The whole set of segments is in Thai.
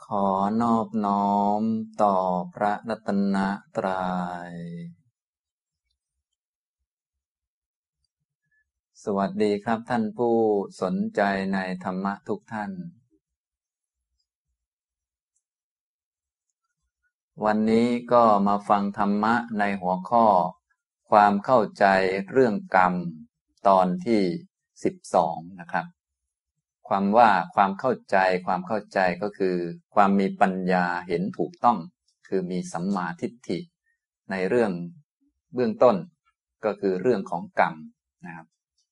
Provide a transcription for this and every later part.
ขอนอบน้อมต่อพระรัตนตรัยสวัสดีครับท่านผู้สนใจในธรรมะทุกท่านวันนี้ก็มาฟังธรรมะในหัวข้อความเข้าใจเรื่องกรรมตอนที่12นะครับความเข้าใจก็คือความมีปัญญาเห็นถูกต้องคือมีสัมมาทิฏฐิในเรื่องเบื้องต้นก็คือเรื่องของกรรมนะครับ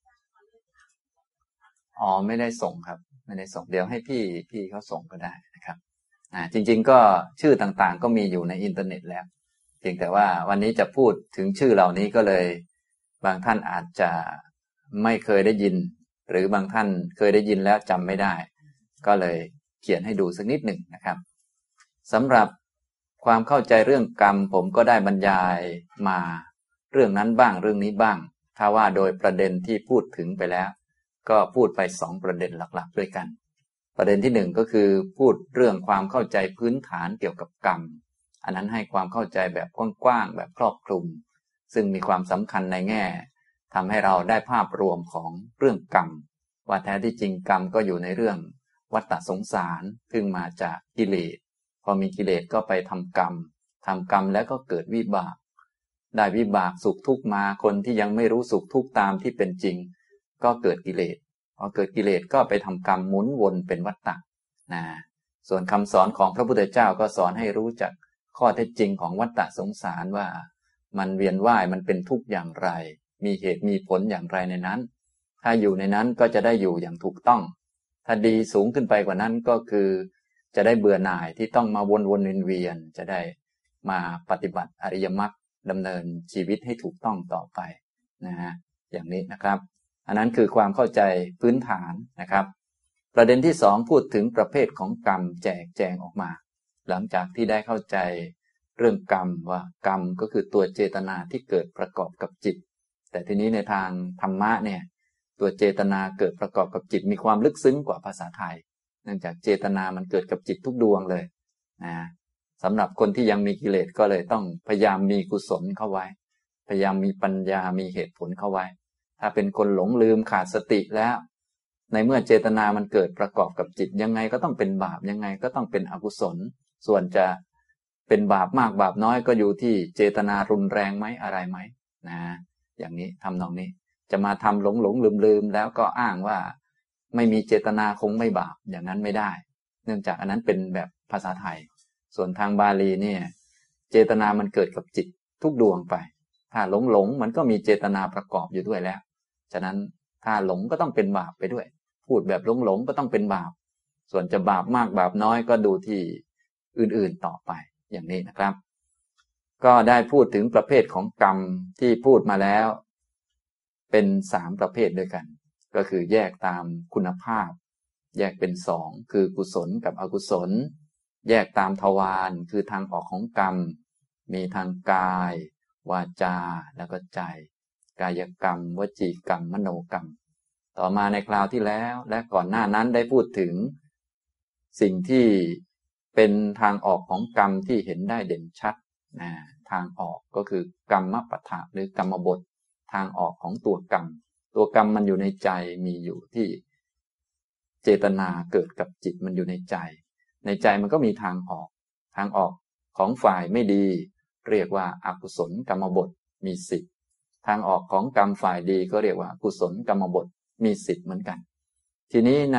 ไม่ได้ส่งครับไม่ได้ส่งเดี๋ยวให้พี่เขาส่งก็ได้นะครับจริงๆก็ชื่อต่างๆก็มีอยู่ในอินเทอร์เน็ตแล้วเพียงแต่ว่าวันนี้จะพูดถึงชื่อเหล่านี้ก็เลยบางท่านอาจจะไม่เคยได้ยินหรือบางท่านเคยได้ยินแล้วจำไม่ได้ก็เลยเขียนให้ดูสักนิดหนึ่งนะครับสำหรับความเข้าใจเรื่องกรรมผมก็ได้บรรยายมาเรื่องนั้นบ้างเรื่องนี้บ้างถ้าว่าโดยประเด็นที่พูดถึงไปแล้วก็พูดไป2ประเด็นหลักๆด้วยกันประเด็นที่1ก็คือพูดเรื่องความเข้าใจพื้นฐานเกี่ยวกับกรรมอันนั้นให้ความเข้าใจแบบกว้างๆแบบครอบคลุมซึ่งมีความสำคัญในแง่ทำให้เราได้ภาพรวมของเรื่องกรรมว่าแท้ที่จริงกรรมก็อยู่ในเรื่องวัฏสงสารซึ่งมาจากกิเลสพอมีกิเลสก็ไปทำกรรมแล้วก็เกิดวิบากได้วิบากสุขทุกข์มาคนที่ยังไม่รู้สุขทุกข์ตามที่เป็นจริงก็เกิดกิเลสพอเกิดกิเลสก็ไปทำกรรมหมุนวนเป็นวัฏฏะส่วนคำสอนของพระพุทธเจ้าก็สอนให้รู้จักข้อเท็จจริงของวัฏฏะสงสารว่ามันเวียนว่ายมันเป็นทุกข์อย่างไรมีเหตุมีผลอย่างไรในนั้นถ้าอยู่ในนั้นก็จะได้อยู่อย่างถูกต้องถ้าดีสูงขึ้นไปกว่านั้นก็คือจะได้เบื่อหน่ายที่ต้องมาวนเวียนจะได้มาปฏิบัติอริยมรรคดำเนินชีวิตให้ถูกต้องต่อไปอย่างนี้นะครับอันนั้นคือความเข้าใจพื้นฐานนะครับประเด็นที่2พูดถึงประเภทของกรรมแจกแจงออกมาหลังจากที่ได้เข้าใจเรื่องกรรมว่ากรรมก็คือตัวเจตนาที่เกิดประกอบกับจิตแต่ทีนี้ในทางธรรมะเนี่ยตัวเจตนาเกิดประกอบกับจิตมีความลึกซึ้งกว่าภาษาไทยเนื่องจากเจตนามันเกิดกับจิตทุกดวงเลยสำหรับคนที่ยังมีกิเลสก็เลยต้องพยายามมีกุศลเข้าไว้พยายามมีปัญญามีเหตุผลเข้าไว้ถ้าเป็นคนหลงลืมขาดสติแล้วในเมื่อเจตนามันเกิดประกอบกับจิตยังไงก็ต้องเป็นบาปยังไงก็ต้องเป็นอกุศลส่วนจะเป็นบาปมากบาปน้อยก็อยู่ที่เจตนารุนแรงไหมอะไรไหมอย่างนี้ทำนองนี้จะมาทำหลงลืมแล้วก็อ้างว่าไม่มีเจตนาคงไม่บาปอย่างนั้นไม่ได้เนื่องจากอันนั้นเป็นแบบภาษาไทยส่วนทางบาลีเนี่ยเจตนามันเกิดกับจิตทุกดวงไปถ้าหลงมันก็มีเจตนาประกอบอยู่ด้วยแล้วฉะนั้นถ้าหลงก็ต้องเป็นบาปไปด้วยพูดแบบหลงก็ต้องเป็นบาปส่วนจะบาปมากบาปน้อยก็ดูที่อื่นๆต่อไปอย่างนี้นะครับก็ได้พูดถึงประเภทของกรรมที่พูดมาแล้วเป็น3ประเภทด้วยกันก็คือแยกตามคุณภาพแยกเป็น2คือกุศลกับอกุศลแยกตามทวารคือทางออกของกรรมมีทางกายวาจาแล้วก็ใจกายกรรมวจีกรรมมโนกรรมต่อมาในคราวที่แล้วและก่อนหน้านั้นได้พูดถึงสิ่งที่เป็นทางออกของกรรมที่เห็นได้เด่นชัดทางออกก็คือกรรมปฏฐะหรือกรรมบททางออกของตัวกรรมมันอยู่ในใจมีอยู่ที่เจตนาเกิดกับจิตมันอยู่ในใจมันก็มีทางออกของฝ่ายไม่ดีเรียกว่าอกุศลกรรมบทมี10ทางออกของกรรมฝ่ายดีก็เรียกว่ากุศลกรรมบทมี10เหมือนกันทีนี้ใน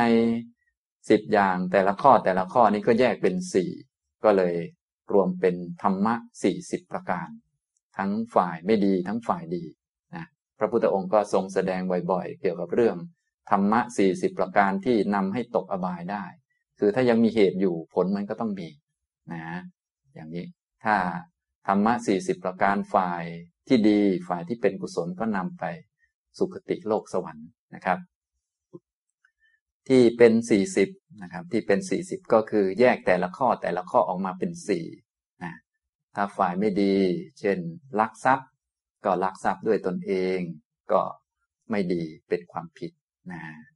10อย่างแต่ละข้อนี้ก็แยกเป็น4ก็เลยรวมเป็นธรรมะ40ประการทั้งฝ่ายไม่ดีทั้งฝ่ายดีนะพระพุทธองค์ก็ทรงแสดงบ่อยๆเกี่ยวกับเรื่องธรรมะ40ประการที่นำให้ตกอบายได้คือถ้ายังมีเหตุอยู่ผลมันก็ต้องมีอย่างนี้ถ้าธรรมะ40ประการฝ่ายที่ดีฝ่ายที่เป็นกุศลก็นำไปสุคติโลกสวรรค์นะครับที่เป็น40นะครับที่เป็น40ก็คือแยกแต่ละข้อออกมาเป็น4นะถ้าฝ่ายไม่ดีเช่นลักทรัพย์ก็ลักทรัพย์ด้วยตนเองก็ไม่ดีเป็นความผิดนะ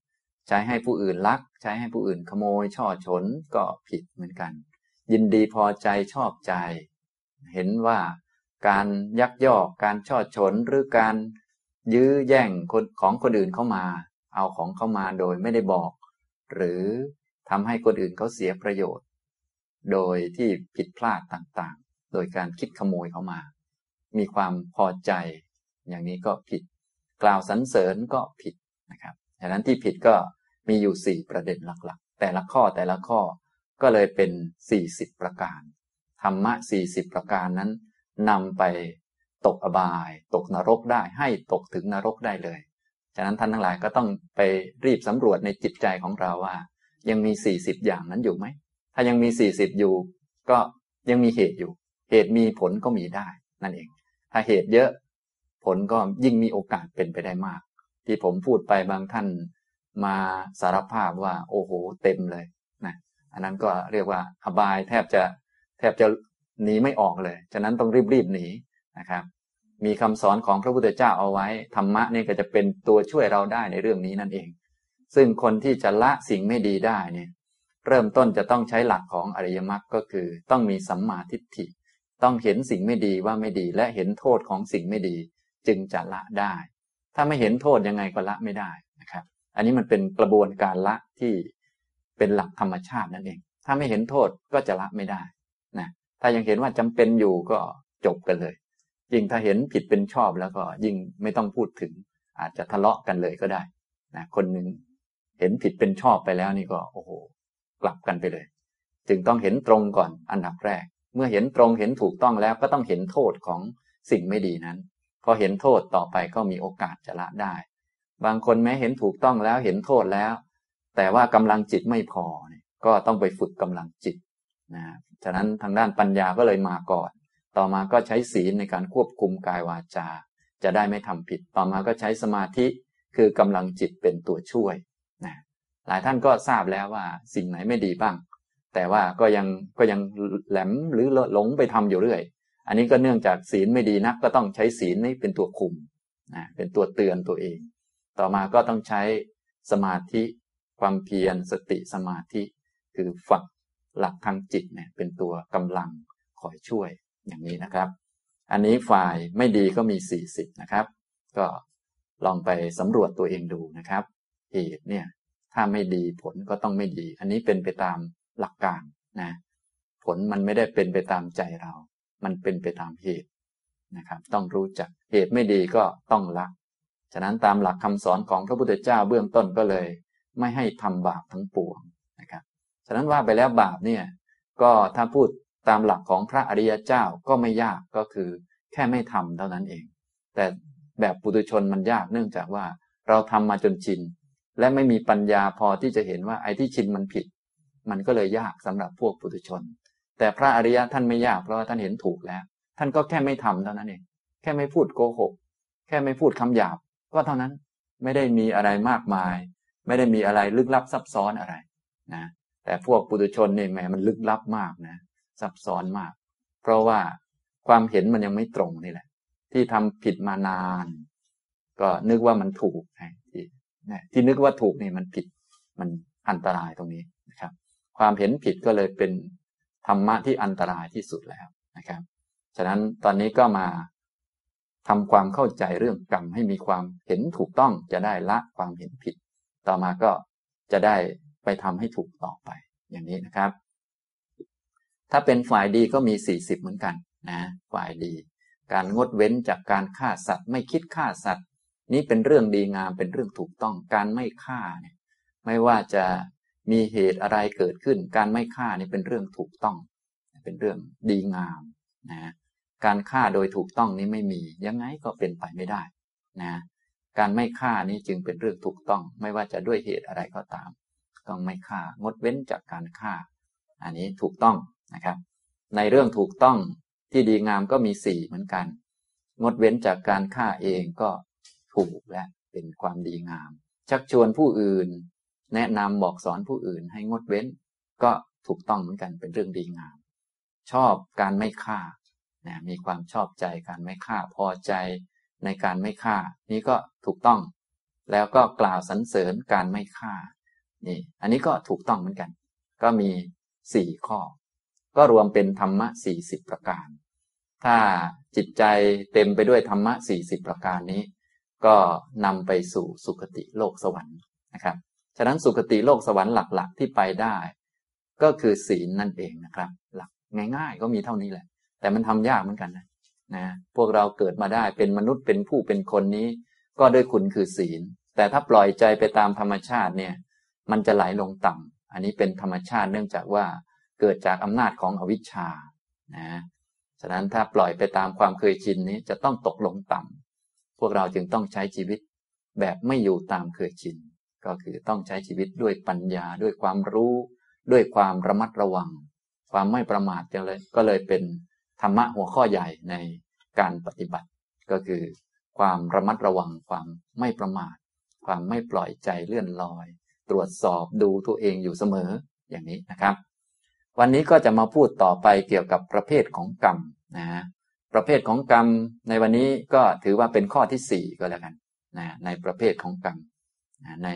ใช้ให้ผู้อื่นลักใช้ให้ผู้อื่นขโมยช่อฉนก็ผิดเหมือนกันยินดีพอใจชอบใจเห็นว่าการยักยอกการช่อฉนหรือการยื้อแย่งของคนอื่นเข้ามาเอาของเข้ามาโดยไม่ได้บอกหรือทำให้คนอื่นเขาเสียประโยชน์โดยที่ผิดพลาดต่างๆโดยการคิดขโมยเข้ามามีความพอใจอย่างนี้ก็ผิดกล่าวสรรเสริญก็ผิดนะครับฉะนั้นที่ผิดก็มีอยู่4ประเด็นหลักๆแต่ละข้อก็เลยเป็น40ประการธรรมะ40ประการนั้นนำไปตกอบายตกนรกได้ให้ตกถึงนรกได้เลยฉะนั้นท่านทั้งหลายก็ต้องไปรีบสำรวจในจิตใจของเราว่ายังมี40อย่างนั้นอยู่ไหมถ้ายังมี40อยู่ก็ยังมีเหตุอยู่เหตุมีผลก็มีได้นั่นเองถ้าเหตุเยอะผลก็ยิ่งมีโอกาสเป็นไปได้มากที่ผมพูดไปบางท่านมาสารภาพว่าโอ้โหเต็มเลยนะอันนั้นก็เรียกว่าอบายแทบจะหนีไม่ออกเลยฉะนั้นต้องรีบหนีนะครับมีคำสอนของพระพุทธเจ้าเอาไว้ธรรมะนี่ก็จะเป็นตัวช่วยเราได้ในเรื่องนี้นั่นเองซึ่งคนที่จะละสิ่งไม่ดีได้เนี่ยเริ่มต้นจะต้องใช้หลักของอริยมรรคก็คือต้องมีสัมมาทิฏฐิต้องเห็นสิ่งไม่ดีว่าไม่ดีและเห็นโทษของสิ่งไม่ดีจึงจะละได้ถ้าไม่เห็นโทษยังไงก็ละไม่ได้นะครับอันนี้มันเป็นกระบวนการละที่เป็นหลักธรรมชาตินั่นเองถ้าไม่เห็นโทษก็จะละไม่ได้นะถ้ายังเห็นว่าจำเป็นอยู่ก็จบกันเลยยิ่งถ้าเห็นผิดเป็นชอบแล้วก็ยิ่งไม่ต้องพูดถึงอาจจะทะเลาะกันเลยก็ได้นะคนหนึ่งเห็นผิดเป็นชอบไปแล้วนี่ก็โอ้โหกลับกันไปเลยจึงต้องเห็นตรงก่อนอันดับแรกเมื่อเห็นตรงเห็นถูกต้องแล้วก็ต้องเห็นโทษของสิ่งไม่ดีนั้นพอเห็นโทษต่อไปก็มีโอกาสจะละได้บางคนแม้เห็นถูกต้องแล้วเห็นโทษแล้วแต่ว่ากำลังจิตไม่พอก็ต้องไปฝึกกำลังจิตนะฉะนั้นทางด้านปัญญาก็เลยมาก่อนต่อมาก็ใช้ศีลในการควบคุมกายวาจาจะได้ไม่ทำผิดต่อมาก็ใช้สมาธิคือกำลังจิตเป็นตัวช่วยนะหลายท่านก็ทราบแล้วว่าสิ่งไหนไม่ดีบ้างแต่ว่าก็ยังแหลมหรือหลงไปทำอยู่เรื่อยอันนี้ก็เนื่องจากศีลไม่ดีนักก็ต้องใช้ศีลนี้เป็นตัวคุมนะเป็นตัวเตือนตัวเองต่อมาก็ต้องใช้สมาธิความเพียรสติสมาธิคือฝักหลักทางจิตเนี่ยเป็นตัวกำลังคอยช่วยอย่างนี้นะครับอันนี้ฝ่ายไม่ดีก็มี40นะครับก็ลองไปสำรวจตัวเองดูนะครับเหตุเนี่ยถ้าไม่ดีผลก็ต้องไม่ดีอันนี้เป็นไปตามหลักการนะผลมันไม่ได้เป็นไปตามใจเรามันเป็นไปตามเหตุนะครับต้องรู้จักเหตุไม่ดีก็ต้องละฉะนั้นตามหลักคำสอนของพระพุทธเจ้าเบื้องต้นก็เลยไม่ให้ทำบาปทั้งปวงนะครับฉะนั้นว่าไปแล้วบาปเนี่ยก็ถ้าพูดตามหลักของพระอริยเจ้าก็ไม่ยากก็คือแค่ไม่ทำเท่านั้นเองแต่แบบปุถุชนมันยากเนื่องจากว่าเราทำมาจนชินและไม่มีปัญญาพอที่จะเห็นว่าไอ้ที่ชินมันผิดมันก็เลยยากสำหรับพวกปุถุชนแต่พระอริยะท่านไม่ยากเพราะว่าท่านเห็นถูกแล้วท่านก็แค่ไม่ทำเท่านั้นเองแค่ไม่พูดโกหกแค่ไม่พูดคำหยาบก็เท่านั้นไม่ได้มีอะไรมากมายไม่ได้มีอะไรลึกลับซับซ้อนอะไรนะแต่พวกปุถุชนนี่แหมมันลึกลับมากนะซับซ้อนมากเพราะว่าความเห็นมันยังไม่ตรงนี่แหละที่ทำผิดมานานก็นึกว่ามันถูกที่นึกว่าถูกนี่มันผิดมันอันตรายตรงนี้นะครับความเห็นผิดก็เลยเป็นธรรมะที่อันตรายที่สุดแล้วนะครับฉะนั้นตอนนี้ก็มาทำความเข้าใจเรื่องกรรมให้มีความเห็นถูกต้องจะได้ละความเห็นผิดต่อมาก็จะได้ไปทำให้ถูกต่อไปอย่างนี้นะครับถ้าเป็นฝ่ายดีก็มี40เหมือนกันนะฝ่ายดีการงดเว้นจากการฆ่าสัตว์ไม่คิดฆ่าสัตว์นี้เป็นเรื่องดีงามเป็นเรื่องถูกต้องการไม่ฆ่าเนี่ยไม่ว่าจะมีเหตุอะไรเกิดขึ้นการไม่ฆ่านี่เป็นเรื่องถูกต้องเป็นเรื่องดีงามนะการฆ่าโดยถูกต้องนี้ไม่มียังไงก็เป็นไปไม่ได้นะการไม่ฆ่านี้จึงเป็นเรื่องถูกต้องไม่ว่าจะด้วยเหตุอะไรก็ตามต้องไม่ฆ่างดเว้นจากการฆ่าอันนี้ถูกต้องนะครับในเรื่องถูกต้องที่ดีงามก็มี4เหมือนกันงดเว้นจากการฆ่าเองก็ถูกและเป็นความดีงามชักชวนผู้อื่นแนะนำบอกสอนผู้อื่นให้งดเว้นก็ถูกต้องเหมือนกันเป็นเรื่องดีงามชอบการไม่ฆ่านะมีความชอบใจการไม่ฆ่าพอใจในการไม่ฆ่านี้ก็ถูกต้องแล้วก็กล่าวสรรเสริญการไม่ฆ่านี่อันนี้ก็ถูกต้องเหมือนกันก็มี4 ข้อก็รวมเป็นธรรมะ40ประการถ้าจิตใจเต็มไปด้วยธรรมะ40ประการนี้ก็นำไปสู่สุคติโลกสวรรค์นะครับฉะนั้นสุคติโลกสวรรค์หลักๆที่ไปได้ก็คือศีลนั่นเองนะครับหลักง่ายๆก็มีเท่านี้แหละแต่มันทำยากเหมือนกันนะพวกเราเกิดมาได้เป็นมนุษย์เป็นผู้เป็นคนนี้ก็ด้วยคุณคือศีลแต่ถ้าปล่อยใจไปตามธรรมชาติเนี่ยมันจะไหลลงต่ำอันนี้เป็นธรรมชาติเนื่องจากว่าเกิดจากอำนาจของอวิชชานะฉะนั้นถ้าปล่อยไปตามความเคยชินนี้จะต้องตกลงต่ำพวกเราจึงต้องใช้ชีวิตแบบไม่อยู่ตามเคยชินก็คือต้องใช้ชีวิตด้วยปัญญาด้วยความรู้ด้วยความระมัดระวังความไม่ประมาทก็เลยเป็นธรรมะหัวข้อใหญ่ในการปฏิบัติก็คือความระมัดระวังความไม่ประมาทความไม่ปล่อยใจเลื่อนลอยตรวจสอบดูตัวเองอยู่เสมออย่างนี้นะครับวันนี้ก็จะมาพูดต่อไปเกี่ยวกับประเภทของกรรมนะประเภทของกรรมในวันนี้ก็ถือว่าเป็นข้อที่4ก็แล้วกันนะในประเภทของกรรมนะใน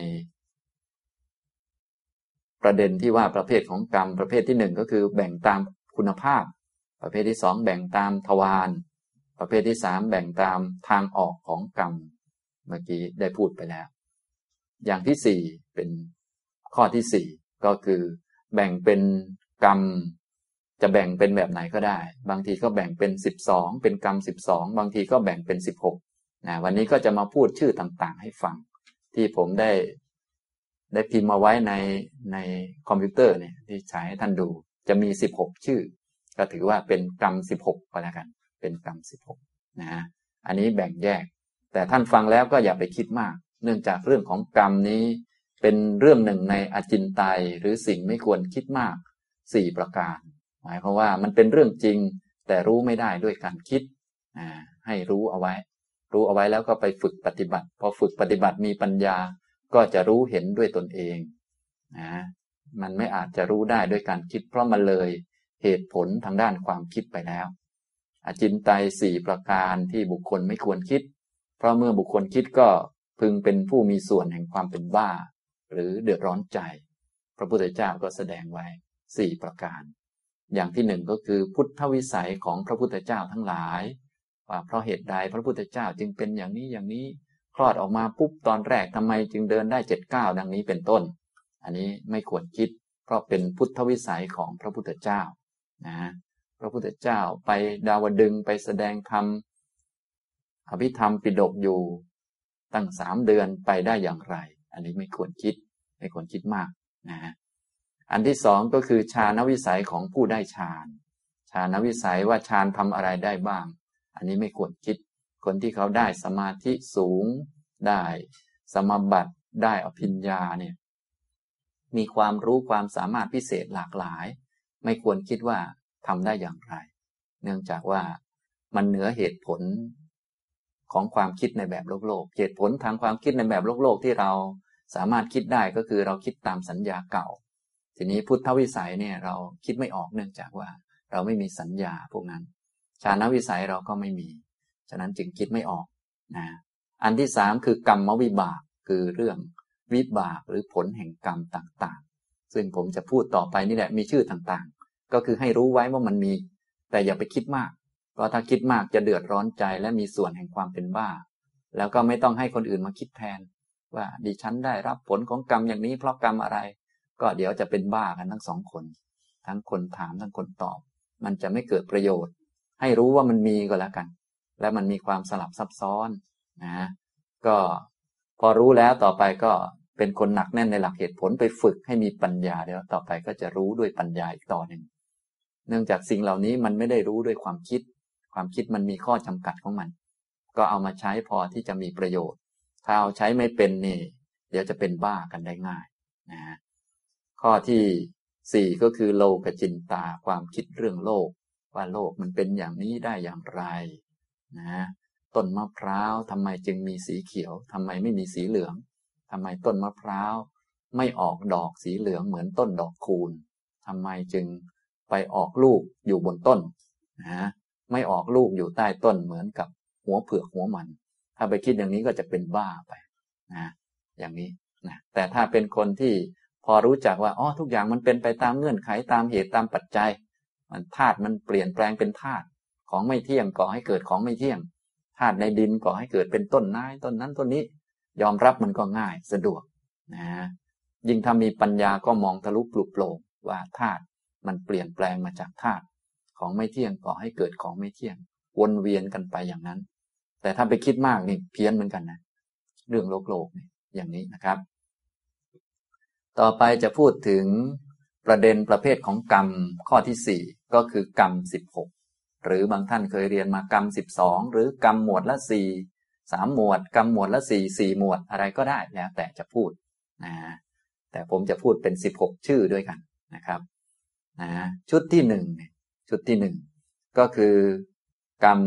ประเด็นที่ว่าประเภทของกรรมประเภทที่1ก็คือแบ่งตามคุณภาพประเภทที่2แบ่งตามทวารประเภทที่3แบ่งตามทางออกของกรรมเมื่อกี้ได้พูดไปแล้วอย่างที่4เป็นข้อที่4ก็คือแบ่งเป็นกรรมจะแบ่งเป็นแบบไหนก็ได้บางทีก็แบ่งเป็น12เป็นกรรม12บางทีก็แบ่งเป็น16นะวันนี้ก็จะมาพูดชื่อต่างๆให้ฟังที่ผมได้พิมพ์มาไว้ในคอมพิวเตอร์เนี่ยที่ใช้ให้ท่านดูจะมี16ชื่อก็ถือว่าเป็นกรรม16ก็แล้วกันเป็นกรรม16นะอันนี้แบ่งแยกแต่ท่านฟังแล้วก็อย่าไปคิดมากเนื่องจากเรื่องของกรรมนี้เป็นเรื่องหนึ่งในอจินไตยหรือสิ่งไม่ควรคิดมาก4ประการหมายความว่ามันเป็นเรื่องจริงแต่รู้ไม่ได้ด้วยการคิดให้รู้เอาไว้แล้วก็ไปฝึกปฏิบัติพอฝึกปฏิบัติมีปัญญาก็จะรู้เห็นด้วยตนเองมันไม่อาจจะรู้ได้ด้วยการคิดเพราะมันเลยเหตุผลทางด้านความคิดไปแล้วอจินไตย4ประการที่บุคคลไม่ควรคิดเพราะเมื่อบุคคลคิดก็พึงเป็นผู้มีส่วนแห่งความเป็นบ้าหรือเดือดร้อนใจพระพุทธเจ้าก็แสดงไว้4ประการอย่างที่1ก็คือพุทธวิสัยของพระพุทธเจ้าทั้งหลายว่าเพราะเหตุใดพระพุทธเจ้าจึงเป็นอย่างนี้คลอดออกมาปุ๊บตอนแรกทำไมจึงเดินได้7 ก้าวดังนี้เป็นต้นอันนี้ไม่ควรคิดเพราะเป็นพุทธวิสัยของพระพุทธเจ้าพระพุทธเจ้าไปดาวดึงส์ไปแสดงธรรมอภิธรรมปิฎกอยู่ตั้ง3 เดือนไปได้อย่างไรอันนี้ไม่ควรคิดมากอันที่2ก็คือฌานวิสัยของผู้ได้ฌานวิสัยว่าฌานทำอะไรได้บ้างอันนี้ไม่ควรคิดคนที่เขาได้สมาธิสูงได้สมาบัติได้อภิญญาเนี่ยมีความรู้ความสามารถพิเศษหลากหลายไม่ควรคิดว่าทำได้อย่างไรเนื่องจากว่ามันเหนือเหตุผลของความคิดในแบบโลกเหตุผลทางความคิดในแบบโลกที่เราสามารถคิดได้ก็คือเราคิดตามสัญญาเก่าทีนี้พุทธวิสัยเนี่ยเราคิดไม่ออกเนื่องจากว่าเราไม่มีสัญญาพวกนั้นฌานวิสัยเราก็ไม่มีฉะนั้นจึงคิดไม่ออกอันที่3คือกรรมวิบากคือเรื่องวิบากหรือผลแห่งกรรมต่างๆซึ่งผมจะพูดต่อไปนี่แหละมีชื่อต่างๆก็คือให้รู้ไว้ว่ามันมีแต่อย่าไปคิดมากเพราะถ้าคิดมากจะเดือดร้อนใจและมีส่วนแห่งความเป็นบ้าแล้วก็ไม่ต้องให้คนอื่นมาคิดแทนว่าดิฉันได้รับผลของกรรมอย่างนี้เพราะกรรมอะไรก็เดี๋ยวจะเป็นบ้ากันทั้ง2 คนทั้งคนถามทั้งคนตอบมันจะไม่เกิดประโยชน์ให้รู้ว่ามันมีก็แล้วกันและมันมีความสลับซับซ้อนก็พอรู้แล้วต่อไปก็เป็นคนหนักแน่นในหลักเหตุผลไปฝึกให้มีปัญญาเดี๋ยวต่อไปก็จะรู้ด้วยปัญญาอีกต่อหนึ่งเนื่องจากสิ่งเหล่านี้มันไม่ได้รู้ด้วยความคิดมันมีข้อจำกัดของมันก็เอามาใช้พอที่จะมีประโยชน์ถ้าเอาใช้ไม่เป็นนี่เดี๋ยวจะเป็นบ้ากันได้ง่ายข้อที่4ก็คือโลกจินตาความคิดเรื่องโลกว่าโลกมันเป็นอย่างนี้ได้อย่างไรต้นมะพร้าวทำไมจึงมีสีเขียวทำไมไม่มีสีเหลืองทำไมต้นมะพร้าวไม่ออกดอกสีเหลืองเหมือนต้นดอกคูณทำไมจึงไปออกลูกอยู่บนต้นไม่ออกลูกอยู่ใต้ต้นเหมือนกับหัวเผือกหัวมันถ้าไปคิดอย่างนี้ก็จะเป็นบ้าไปอย่างนี้แต่ถ้าเป็นคนที่พอรู้จักว่าอ๋อทุกอย่างมันเป็นไปตามเงื่อนไขตามเหตุตามปัจจัยมันธาตุมันเปลี่ยนแปลงเป็นธาตุของไม่เที่ยงก่อให้เกิดของไม่เที่ยงธาตุในดินก่อให้เกิดเป็นต้นไม้ต้นนั้นต้นนี้ยอมรับมันก็ง่ายสะดวกนะยิ่งถ้ามีปัญญาก็มองทะลุปลุกโปร่งว่าธาตุมันเปลี่ยนแปลงมาจากธาตุของไม่เที่ยงก่อให้เกิดของไม่เที่ยงวนเวียนกันไปอย่างนั้นแต่ถ้าไปคิดมากนี่เพี้ยนเหมือนกันนะเรื่องโลกนี่อย่างนี้นะครับต่อไปจะพูดถึงประเด็นประเภทของกรรมข้อที่4ก็คือกรรม16หรือบางท่านเคยเรียนมากรรม12หรือกรรมหมวดละ4 3หมวดกรรมหมวดละ4 หมวดอะไรก็ได้แล้วแต่จะพูดนะแต่ผมจะพูดเป็น16ชื่อด้วยกันนะครับนะชุดที่1ชุดที่1ก็คือกรรม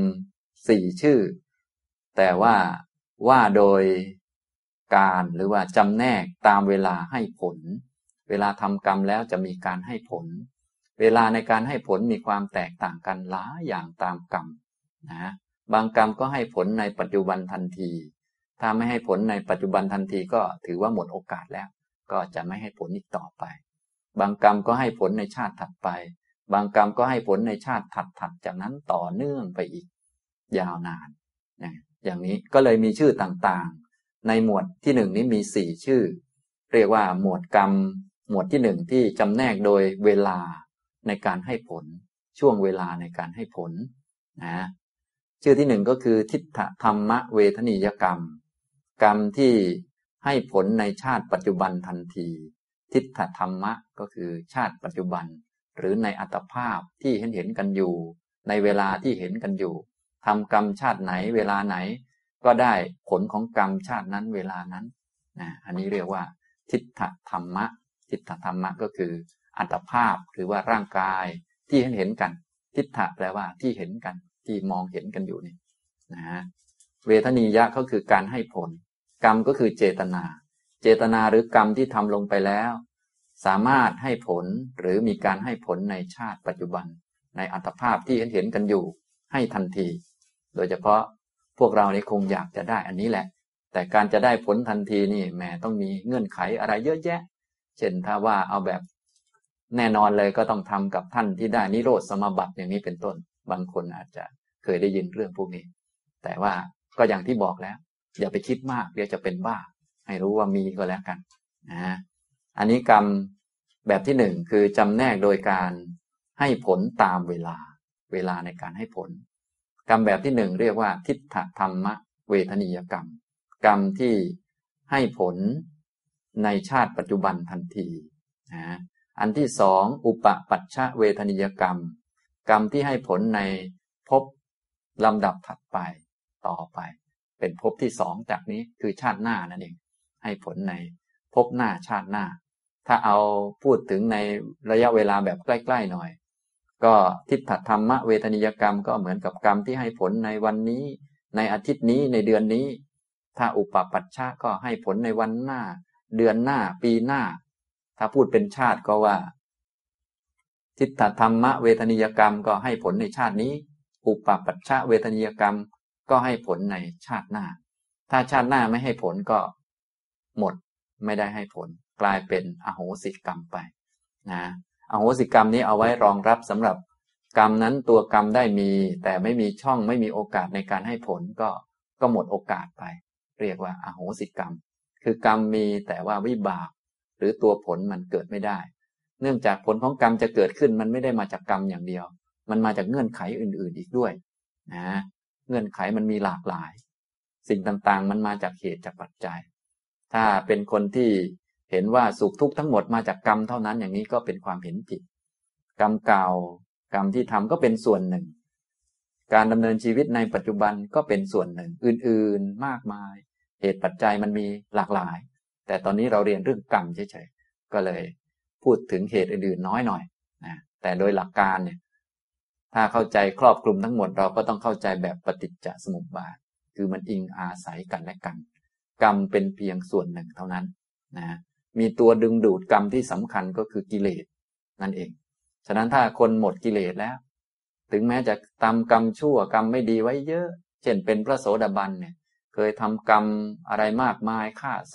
4ชื่อแต่ว่าโดยการหรือว่าจำแนกตามเวลาให้ผลเวลาทำกรรมแล้วจะมีการให้ผลเวลาในการให้ผลมีความแตกต่างกันหลายอย่างตามกรรมนะบางกรรมก็ให้ผลในปัจจุบันทันทีถ้าไม่ให้ผลในปัจจุบันทันทีก็ถือว่าหมดโอกาสแล้วก็จะไม่ให้ผลอีกต่อไปบางกรรมก็ให้ผลในชาติถัดไปบางกรรมก็ให้ผลในชาติถัดจากนั้นต่อเนื่องไปอีกยาวนานนะอย่างนี้ก็เลยมีชื่อต่างๆในหมวดที่1นี้มี4ชื่อเรียกว่าหมวดกรรมหมวดที่1ที่จำแนกโดยเวลาในการให้ผลช่วงเวลาในการให้ผลนะชื่อที่1ก็คือทิฏฐธรรมเวทนิยกรรมกรรมที่ให้ผลในชาติปัจจุบันทันทีทิฏฐธรรมะก็คือชาติปัจจุบันหรือในอัตภาพที่เห็นกันอยู่ในเวลาที่เห็นกันอยู่ทำกรรมชาติไหนเวลาไหนก็ได้ผลของกรรมชาตินั้นเวลานั้นอันนี้เรียกว่าทิฏฐธรรมะทิฏฐธรรมะก็คืออัตภาพหรือว่าร่างกายที่เห็นกันทิฏฐะแปลว่าที่เห็นกันที่มองเห็นกันอยู่นี่นะเวทนียะก็คือการให้ผลกรรมก็คือเจตนาหรือกรรมที่ทำลงไปแล้วสามารถให้ผลหรือมีการให้ผลในชาติปัจจุบันในอัตภาพที่เห็นกันอยู่ให้ทันทีโดยเฉพาะพวกเรานี่คงอยากจะได้อันนี้แหละแต่การจะได้ผลทันทีนี่แหมต้องมีเงื่อนไขอะไรเยอะแยะเช่นถ้าว่าเอาแบบแน่นอนเลยก็ต้องทำกับท่านที่ได้นิโรธสมาบัติอย่างนี้เป็นต้นบางคนอาจจะเคยได้ยินเรื่องพวกนี้แต่ว่าก็อย่างที่บอกแล้วอย่าไปคิดมากเดี๋ยวจะเป็นบ้าให้รู้ว่ามีก็แล้วกันอันนี้กรรมแบบที่1คือจำแนกโดยการให้ผลตามเวลาในการให้ผลกรรมแบบที่1เรียกว่าทิฏฐธรรมเวทนิยกรรมกรรมที่ให้ผลในชาติปัจจุบันทันทีอันที่2อุปปัชชเวทนิยกรรมกรรมที่ให้ผลในภพลำดับถัดไปต่อไปเป็นภพที่2จากนี้คือชาติหน้านั่นเองให้ผลในภพหน้าชาติหน้าถ้าเอาพูดถึงในระยะเวลาแบบใกล้ๆหน่อยก็ทิฏฐธรรมเวทนิยกรรมก็เหมือนกับกรรมที่ให้ผลในวันนี้ในอาทิตย์นี้ในเดือนนี้ถ้าอุปปัชชะก็ให้ผลในวันหน้าเดือนหน้าปีหน้าถ้าพูดเป็นชาติก็ว่าทิฏฐธรรมเวทนิยกรรมก็ให้ผลในชาตินี้อุปปัชชะเวทนิยกรรมก็ให้ผลในชาติหน้าถ้าชาติหน้าไม่ให้ผลก็หมดไม่ได้ให้ผลกลายเป็นอโหสิกรรมไปนะอโหสิกรรมนี้เอาไว้รองรับสำหรับกรรมนั้นตัวกรรมได้มีแต่ไม่มีช่องไม่มีโอกาสในการให้ผลก็หมดโอกาสไปเรียกว่าอโหสิกรรมคือกรรมมีแต่ว่าวิบากหรือตัวผลมันเกิดไม่ได้เนื่องจากผลของกรรมจะเกิดขึ้นมันไม่ได้มาจากกรรมอย่างเดียวมันมาจากเงื่อนไขอื่นๆอีกด้วยนะเงื่อนไขมันมีหลากหลายสิ่งต่างๆมันมาจากเหตุจากปัจจัยถ้าเป็นคนที่เห็นว่าสุขทุกข์ทั้งหมดมาจากกรรมเท่านั้นอย่างนี้ก็เป็นความเห็นผิดกรรมเก่ากรรมที่ทำก็เป็นส่วนหนึ่งการดำเนินชีวิตในปัจจุบันก็เป็นส่วนหนึ่งอื่นๆมากมายเหตุปัจจัยมันมีหลากหลายแต่ตอนนี้เราเรียนเรื่องกรรมเฉยๆก็เลยพูดถึงเหตุอื่นๆน้อยหน่อยนะแต่โดยหลักการเนี่ยถ้าเข้าใจครอบคลุมทั้งหมดเราก็ต้องเข้าใจแบบปฏิจจสมุปบาทคือมันอิงอาศัยกันและกันกรรมเป็นเพียงส่วนหนึ่งเท่านั้นนะมีตัวดึงดูดกรรมที่สำคัญก็คือกิเลสนั่นเองฉะนั้นถ้าคนหมดกิเลสแล้วถึงแม้จะทำกรรมชั่วกรรมไม่ดีไว้เยอะเช่นเป็นพระโสดาบันเนี่ยเคยทำกรรมอะไรมากมายฆ่าสัตว์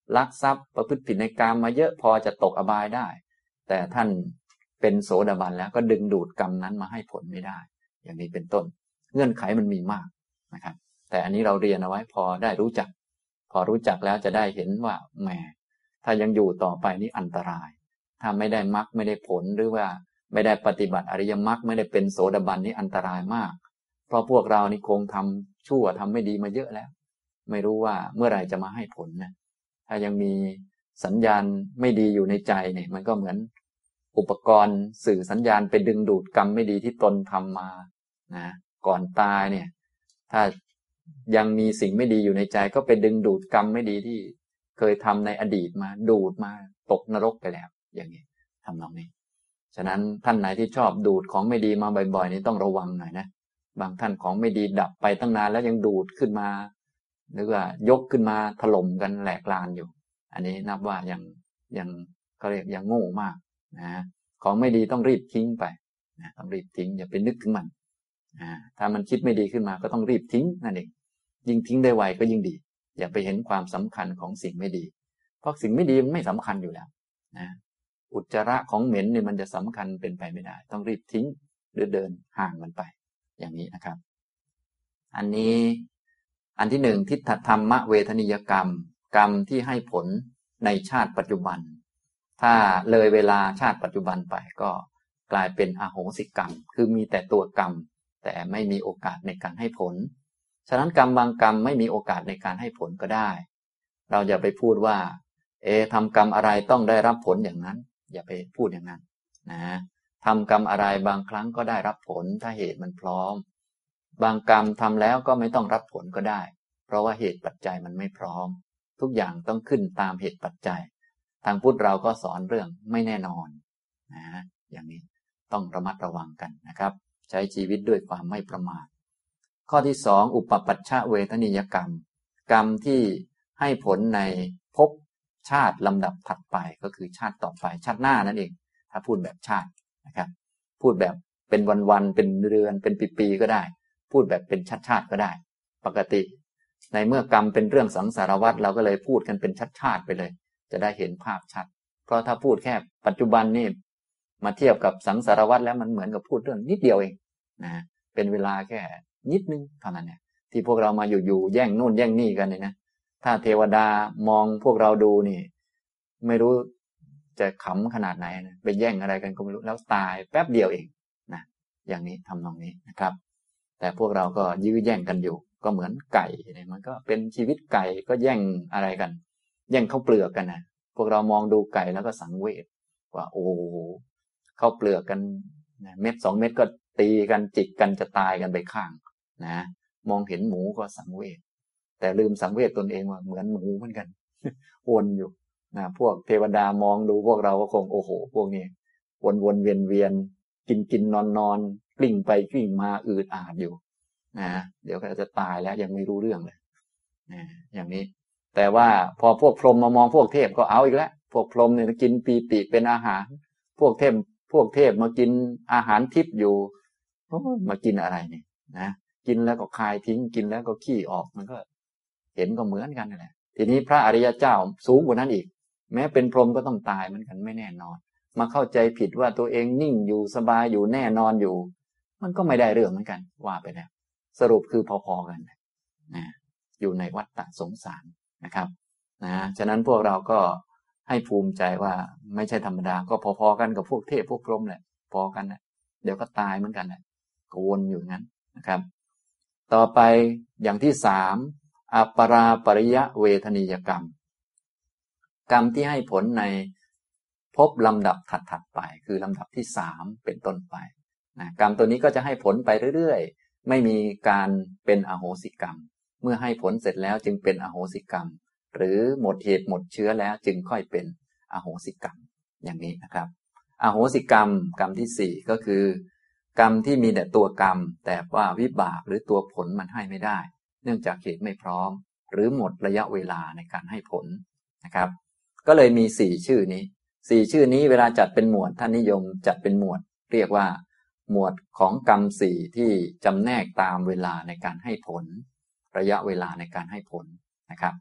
ลักทรัพย์ประพฤติผิดในกามมาเยอะพอจะตกอบายได้แต่ท่านเป็นโสดาบันแล้วก็ดึงดูดกรรมนั้นมาให้ผลไม่ได้อย่างนี้เป็นต้นเงื่อนไขมันมีมากนะครับแต่อันนี้เราเรียนเอาไว้พอได้รู้จักพอรู้จักแล้วจะได้เห็นว่าแหมถ้ายังอยู่ต่อไปนี่อันตรายถ้าไม่ได้มรรคไม่ได้ผลหรือว่าไม่ได้ปฏิบัติอริยมรรคไม่ได้เป็นโสดาบันนี่อันตรายมากเพราะพวกเรานี่คงทำชั่วทำไม่ดีมาเยอะแล้วไม่รู้ว่าเมื่อไหร่จะมาให้ผลนะถ้ายังมีสัญญาณไม่ดีอยู่ในใจเนี่ยมันก็เหมือนอุปกรณ์สื่อสัญญาณไปดึงดูดกรรมไม่ดีที่ตนทำมานะก่อนตายเนี่ยถ้ายังมีสิ่งไม่ดีอยู่ในใจก็ไปดึงดูดกรรมไม่ดีที่เคยทำในอดีตมาดูดมาตกนรกไปแล้วอย่างนี้ทำนองนี้ฉะนั้นท่านไหนที่ชอบดูดของไม่ดีมาบ่อยๆนี่ต้องระวังหน่อยนะบางท่านของไม่ดีดับไปตั้งนานแล้วยังดูดขึ้นมาหรือว่ายกขึ้นมาถล่มกันแหลกลานอยู่อันนี้นับว่ายังเขาเรียกยังโง่มากนะของไม่ดีต้องรีบทิ้งไปนะต้องรีบทิ้งอย่าไปนึกถึงมันถ้ามันคิดไม่ดีขึ้นมาก็ต้องรีบทิ้งนั่นเองยิ่งทิ้งได้ไวก็ยิ่งดีอย่าไปเห็นความสำคัญของสิ่งไม่ดีเพราะสิ่งไม่ดีมันไม่สำคัญอยู่แล้วนะอุจจาระของเหม็นเนี่ยมันจะสำคัญเป็นไปไม่ได้ต้องรีบทิ้งหรือเดินห่างมันไปอย่างนี้นะครับอันนี้อันที่หนึ่งทิฏฐธรรมเวทนิยกรรมกรรมที่ให้ผลในชาติปัจจุบันถ้าเลยเวลาชาติปัจจุบันไปก็กลายเป็นอโหสิกรรมคือมีแต่ตัวกรรมแต่ไม่มีโอกาสในการให้ผลฉะนั้นกรรมบางกรรมไม่มีโอกาสในการให้ผลก็ได้เราอย่าไปพูดว่าทำกรรมอะไรต้องได้รับผลอย่างนั้นอย่าไปพูดอย่างนั้นนะทำกรรมอะไรบางครั้งก็ได้รับผลถ้าเหตุมันพร้อมบางกรรมทำแล้วก็ไม่ต้องรับผลก็ได้เพราะว่าเหตุปัจจัยมันไม่พร้อมทุกอย่างต้องขึ้นตามเหตุปัจจัยทางพุทธเราก็สอนเรื่องไม่แน่นอนนะอย่างนี้ต้องระมัดระวังกันนะครับใช้ชีวิตด้วยความไม่ประมาทข้อที่สองอุปปัชชเวทนิยกรรมกรรมที่ให้ผลในภพชาติลำดับถัดไปก็คือชาติต่อไปชาติหน้านั่นเองถ้าพูดแบบชาตินะครับพูดแบบเป็นวันๆเป็นเดือนเป็นปีๆก็ได้พูดแบบเป็นชาติๆก็ได้ปกติในเมื่อกรรมเป็นเรื่องสังสารวัฏเราก็เลยพูดกันเป็นชาติๆไปเลยจะได้เห็นภาพชัดเพราะถ้าพูดแค่ปัจจุบันนี่มาเทียบกับสังสารวัฏแล้วมันเหมือนกับพูดเรื่องนิดเดียวเองนะเป็นเวลาแค่นิดนึงเท่านั้นเนี่ยที่พวกเรามาอยู่ๆแย่งนู่นแย่งนี่กันเนี่ยนะถ้าเทวดามองพวกเราดูนี่ไม่รู้จะขำขนาดไหนนะไปแย่งอะไรกันก็ไม่รู้แล้วตายแป๊บเดียวเองนะอย่างนี้ทำนองนี้นะครับแต่พวกเราก็ยื้อแย่งกันอยู่ก็เหมือนไก่เนี่ยมันก็เป็นชีวิตไก่ก็แย่งอะไรกันแย่งข้าวเปลือกกันนะพวกเรามองดูไก่แล้วก็สังเวชว่าโอ้ข้าวเปลือกกันเม็ด2 เม็ดก็ตีกันจิกกันจะตายกันไปข้างนะมองเห็นหมูก็สังเวชแต่ลืมสังเวชตนเองว่าเหมือนหมูเหมือนกัน วนอยู่นะพวกเทวดามองดูพวกเราก็คงโอ้โหพวกนี้วนเวียนกินนอนกลิ้งไปกลิ้งมาอืดอาดอยู่นะเดี๋ยวก็จะตายแล้วยังไม่รู้เรื่องเลยนะอย่างนี้แต่ว่าพอพวกพรหมมามองพวกเทพก็เอาอีกแล้วพวกพรหมเนี่ยกินปีติเป็นอาหารพวกเทพมากินอาหารทิพย์อยู่มากินอะไรนี่นะกินแล้วก็คายทิ้งกินแล้วก็ขี้ออกมันก็เห็นก็เหมือนกันนั่นแหละทีนี้พระอริยเจ้าสูงกว่านั้นอีกแม้เป็นพรหมก็ต้องตายเหมือนกันไม่แน่นอนมาเข้าใจผิดว่าตัวเองนิ่งอยู่สบายอยู่แน่นอนอยู่มันก็ไม่ได้เรื่องเหมือนกันว่าไปแล้วสรุปคือพอๆกันนะอยู่ในวัฏฏะสงสารนะครับฉะนั้นพวกเราก็ให้ภูมิใจว่าไม่ใช่ธรรมดาก็พอๆกันกับพวกเทพพวกพรหมแหละพอกันนะเดี๋ยวก็ตายเหมือนกันแหละก็วนอยู่งั้นนะครับต่อไปอย่างที่สามอัปปราปริยเวทนิยกรรมกรรมที่ให้ผลในภพลำดับถัดไปคือลำดับที่3เป็นต้นไปนะกรรมตัวนี้ก็จะให้ผลไปเรื่อยๆไม่มีการเป็นอโหสิกรรมเมื่อให้ผลเสร็จแล้วจึงเป็นอโหสิกรรมหรือหมดเหตุหมดเชื้อแล้วจึงค่อยเป็นอโหสิกรรมอย่างนี้นะครับอโหสิกรรมกรรมที่4ก็คือกรรมที่มีแต่ตัวกรรมแต่ว่าวิบากหรือตัวผลมันให้ไม่ได้เนื่องจากเหตุไม่พร้อมหรือหมดระยะเวลาในการให้ผลนะครับก็เลยมี4ชื่อนี้4ชื่อนี้เวลาจัดเป็นหมวดท่านนิยมจัดเป็นหมวดเรียกว่าหมวดของกรรม4ที่จำแนกตามเวลาในการให้ผลระยะเวลาในการให้ผลนะครับ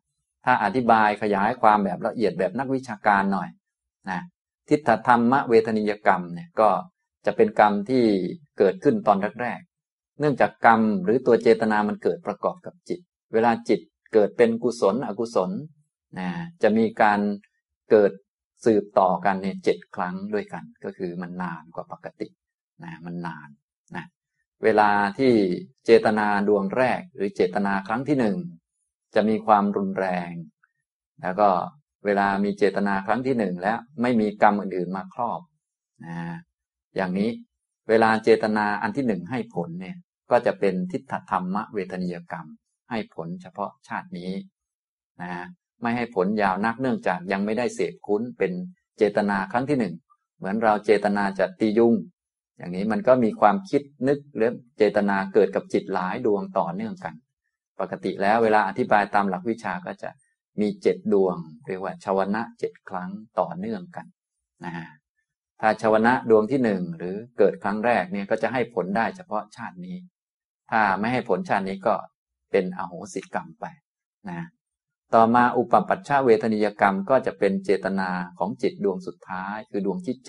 ถ้าอธิบายขยายความแบบละเอียดแบบนักวิชาการหน่อยนะทิฏฐธรรมเวทนิยกรรมเนี่ยก็จะเป็นกรรมที่เกิดขึ้นตอนแรกๆเนื่องจากกรรมหรือตัวเจตนามันเกิดประกอบกับจิตเวลาจิตเกิดเป็นกุศลอกุศลนะจะมีการเกิดสืบต่อกันเนี่ย7 ครั้งด้วยกันก็คือมันนานกว่าปกตินะมันนานนะเวลาที่เจตนาดวงแรกหรือเจตนาครั้งที่1จะมีความรุนแรงแล้วก็เวลามีเจตนาครั้งที่1แล้วไม่มีกรรมอื่นๆมาครอบนะอย่างนี้เวลาเจตนาอันที่1ให้ผลเนี่ยก็จะเป็นทิฏฐธรรมเวทนิยกรรมให้ผลเฉพาะชาตินี้นะไม่ให้ผลยาวนักเนื่องจากยังไม่ได้เสพคุ้นเป็นเจตนาครั้งที่1เหมือนเราเจตนาจะตียุงอย่างนี้มันก็มีความคิดนึกหรือเจตนาเกิดกับจิตหลายดวงต่อเนื่องกันปกติแล้วเวลาอธิบายตามหลักวิชาก็จะมี7 ดวงเรียกว่าชวนะ7 ครั้งต่อเนื่องกันนะถ้าชวนะดวงที่1หรือเกิดครั้งแรกเนี่ยก็จะให้ผลได้เฉพาะชาตินี้ถ้าไม่ให้ผลชาตินี้ก็เป็นอโหสิกรรมไปนะต่อมาอุปปัชชเวทนิยกรรมก็จะเป็นเจตนาของจิตดวงสุดท้ายคือดวงที่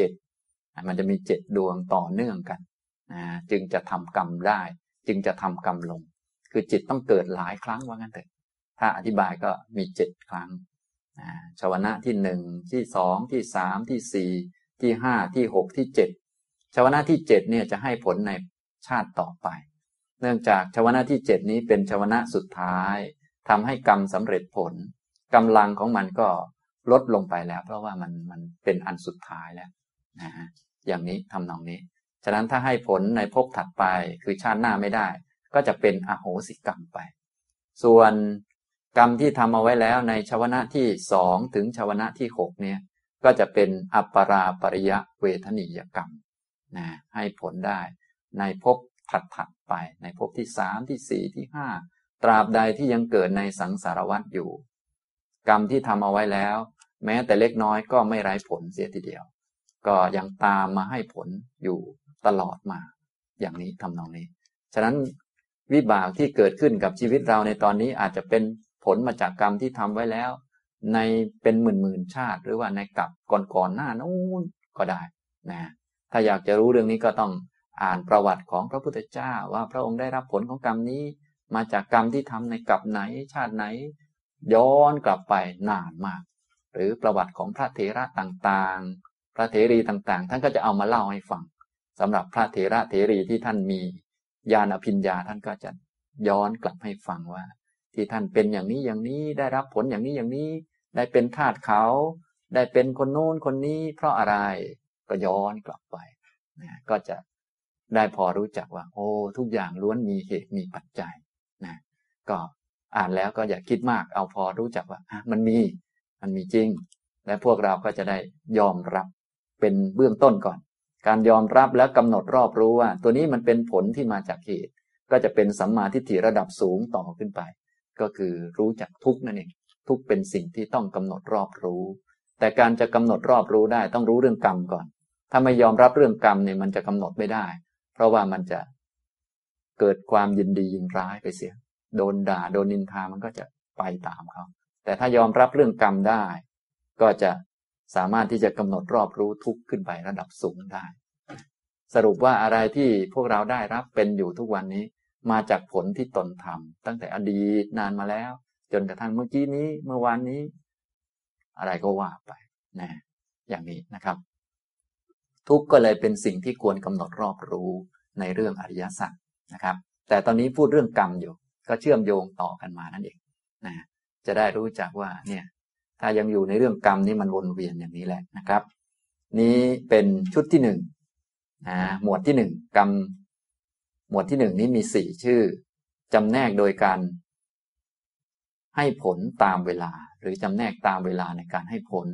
7มันจะมี7 ดวงต่อเนื่องกันนะจึงจะทำกรรมได้จึงจะทำกรรมลงคือจิตต้องเกิดหลายครั้งว่างั้นเถอะถ้าอธิบายก็มี7 ครั้งชวนะที่1ที่2ที่3ที่4ที่5ที่6ที่7ชวนะที่7เนี่ยจะให้ผลในชาติต่อไปเนื่องจากชวนะที่7นี้เป็นชวนะสุดท้ายทำให้กรรมสำเร็จผลกำลังของมันก็ลดลงไปแล้วเพราะว่ามันเป็นอันสุดท้ายแล้วนะฮะอย่างนี้ทำนองนี้ฉะนั้นถ้าให้ผลในภพถัดไปคือชาติหน้าไม่ได้ก็จะเป็นอโหสิกรรมไปส่วนกรรมที่ทำเอาไว้แล้วในชวนะที่2ถึงชวนะที่6เนี่ยก็จะเป็นอัปปราปริยเวทนิยกรรมนะให้ผลได้ในภพถัดไปในภพที่3ที่4ที่5ตราบใดที่ยังเกิดในสังสารวัฏอยู่กรรมที่ทำเอาไว้แล้วแม้แต่เล็กน้อยก็ไม่ไร้ผลเสียทีเดียวก็ยังตามมาให้ผลอยู่ตลอดมาอย่างนี้ทำนองนี้ฉะนั้นวิบากที่เกิดขึ้นกับชีวิตเราในตอนนี้อาจจะเป็นผลมาจากกรรมที่ทำไว้แล้วในเป็นหมื่นชาติหรือว่าในกับก่อนหน้านู้นก็ได้นะถ้าอยากจะรู้เรื่องนี้ก็ต้องอ่านประวัติของพระพุทธเจ้าว่าพระองค์ได้รับผลของกรรมนี้มาจากกรรมที่ทำในกับไหนชาติไหนย้อนกลับไปนานมากหรือประวัติของพระเถระต่างๆพระเถรีต่างๆท่านก็จะเอามาเล่าให้ฟังสำหรับพระเถระเถรีที่ท่านมีญาณอภิญญาท่านก็จะย้อนกลับให้ฟังว่าที่ท่านเป็นอย่างนี้อย่างนี้ได้รับผลอย่างนี้อย่างนี้ได้เป็นทาสเขาได้เป็นคนโน้นคนนี้เพราะอะไรก็ย้อนกลับไปนะก็จะได้พอรู้จักว่าโอ้ทุกอย่างล้วนมีเหตุมีปัจจัยนะก็อ่านแล้วก็อย่าคิดมากเอาพอรู้จักว่ามันมีจริงและพวกเราก็จะได้ยอมรับเป็นเบื้องต้นก่อนการยอมรับและกำหนดรอบรู้ว่าตัวนี้มันเป็นผลที่มาจากเหตุก็จะเป็นสัมมาทิฏฐิระดับสูงต่อขึ้นไปก็คือรู้จักทุกข์นั่นเองทุกข์เป็นสิ่งที่ต้องกำหนดรอบรู้แต่การจะกำหนดรอบรู้ได้ต้องรู้เรื่องกรรมก่อนถ้าไม่ยอมรับเรื่องกรรมเนี่ยมันจะกำหนดไม่ได้เพราะว่ามันจะเกิดความยินดียินร้ายไปเสียโดนด่าโดนนินทามันก็จะไปตามเขาแต่ถ้ายอมรับเรื่องกรรมได้ก็จะสามารถที่จะกำหนดรอบรู้ทุกข์ขึ้นไประดับสูงได้สรุปว่าอะไรที่พวกเราได้รับเป็นอยู่ทุกวันนี้มาจากผลที่ตนทำตั้งแต่อดีตนานมาแล้วจนกระทั่งเมื่อกี้นี้เมื่อวานนี้อะไรก็ว่าไปนะอย่างนี้นะครับทุกข์ก็เลยเป็นสิ่งที่ควรกำหนดรอบรู้ในเรื่องอริยสัจนะครับแต่ตอนนี้พูดเรื่องกรรมอยู่ก็เชื่อมโยงต่อกันมานั่นเองนะจะได้รู้จักว่าเนี่ยถ้ายังอยู่ในเรื่องกรรมนี่มันวนเวียนอย่างนี้แหละนะครับนี้เป็นชุดที่1หมวดที่1กรรมหมวดที่1นี้มี4ชื่อจำแนกโดยการให้ผลตามเวลาหรือจำแนกตามเวลาในการให้ผล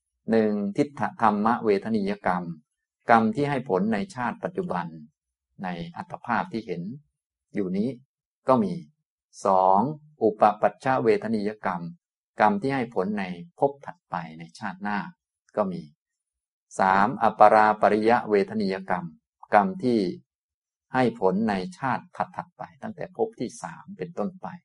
1ทิฏฐธรรมเวทนิยกรรมกรรมที่ให้ผลในชาติปัจจุบันในอัตภาพที่เห็นอยู่นี้ก็มี2อุปปัชชเวทนิยกรรมกรรมที่ให้ผลในภพถัดไปในชาติหน้าก็มี3อัปปราปริยเวทนิยกรรมกรรมที่ให้ผลในชาติถัดไปตั้งแต่ภพที่3เป็นต้นไป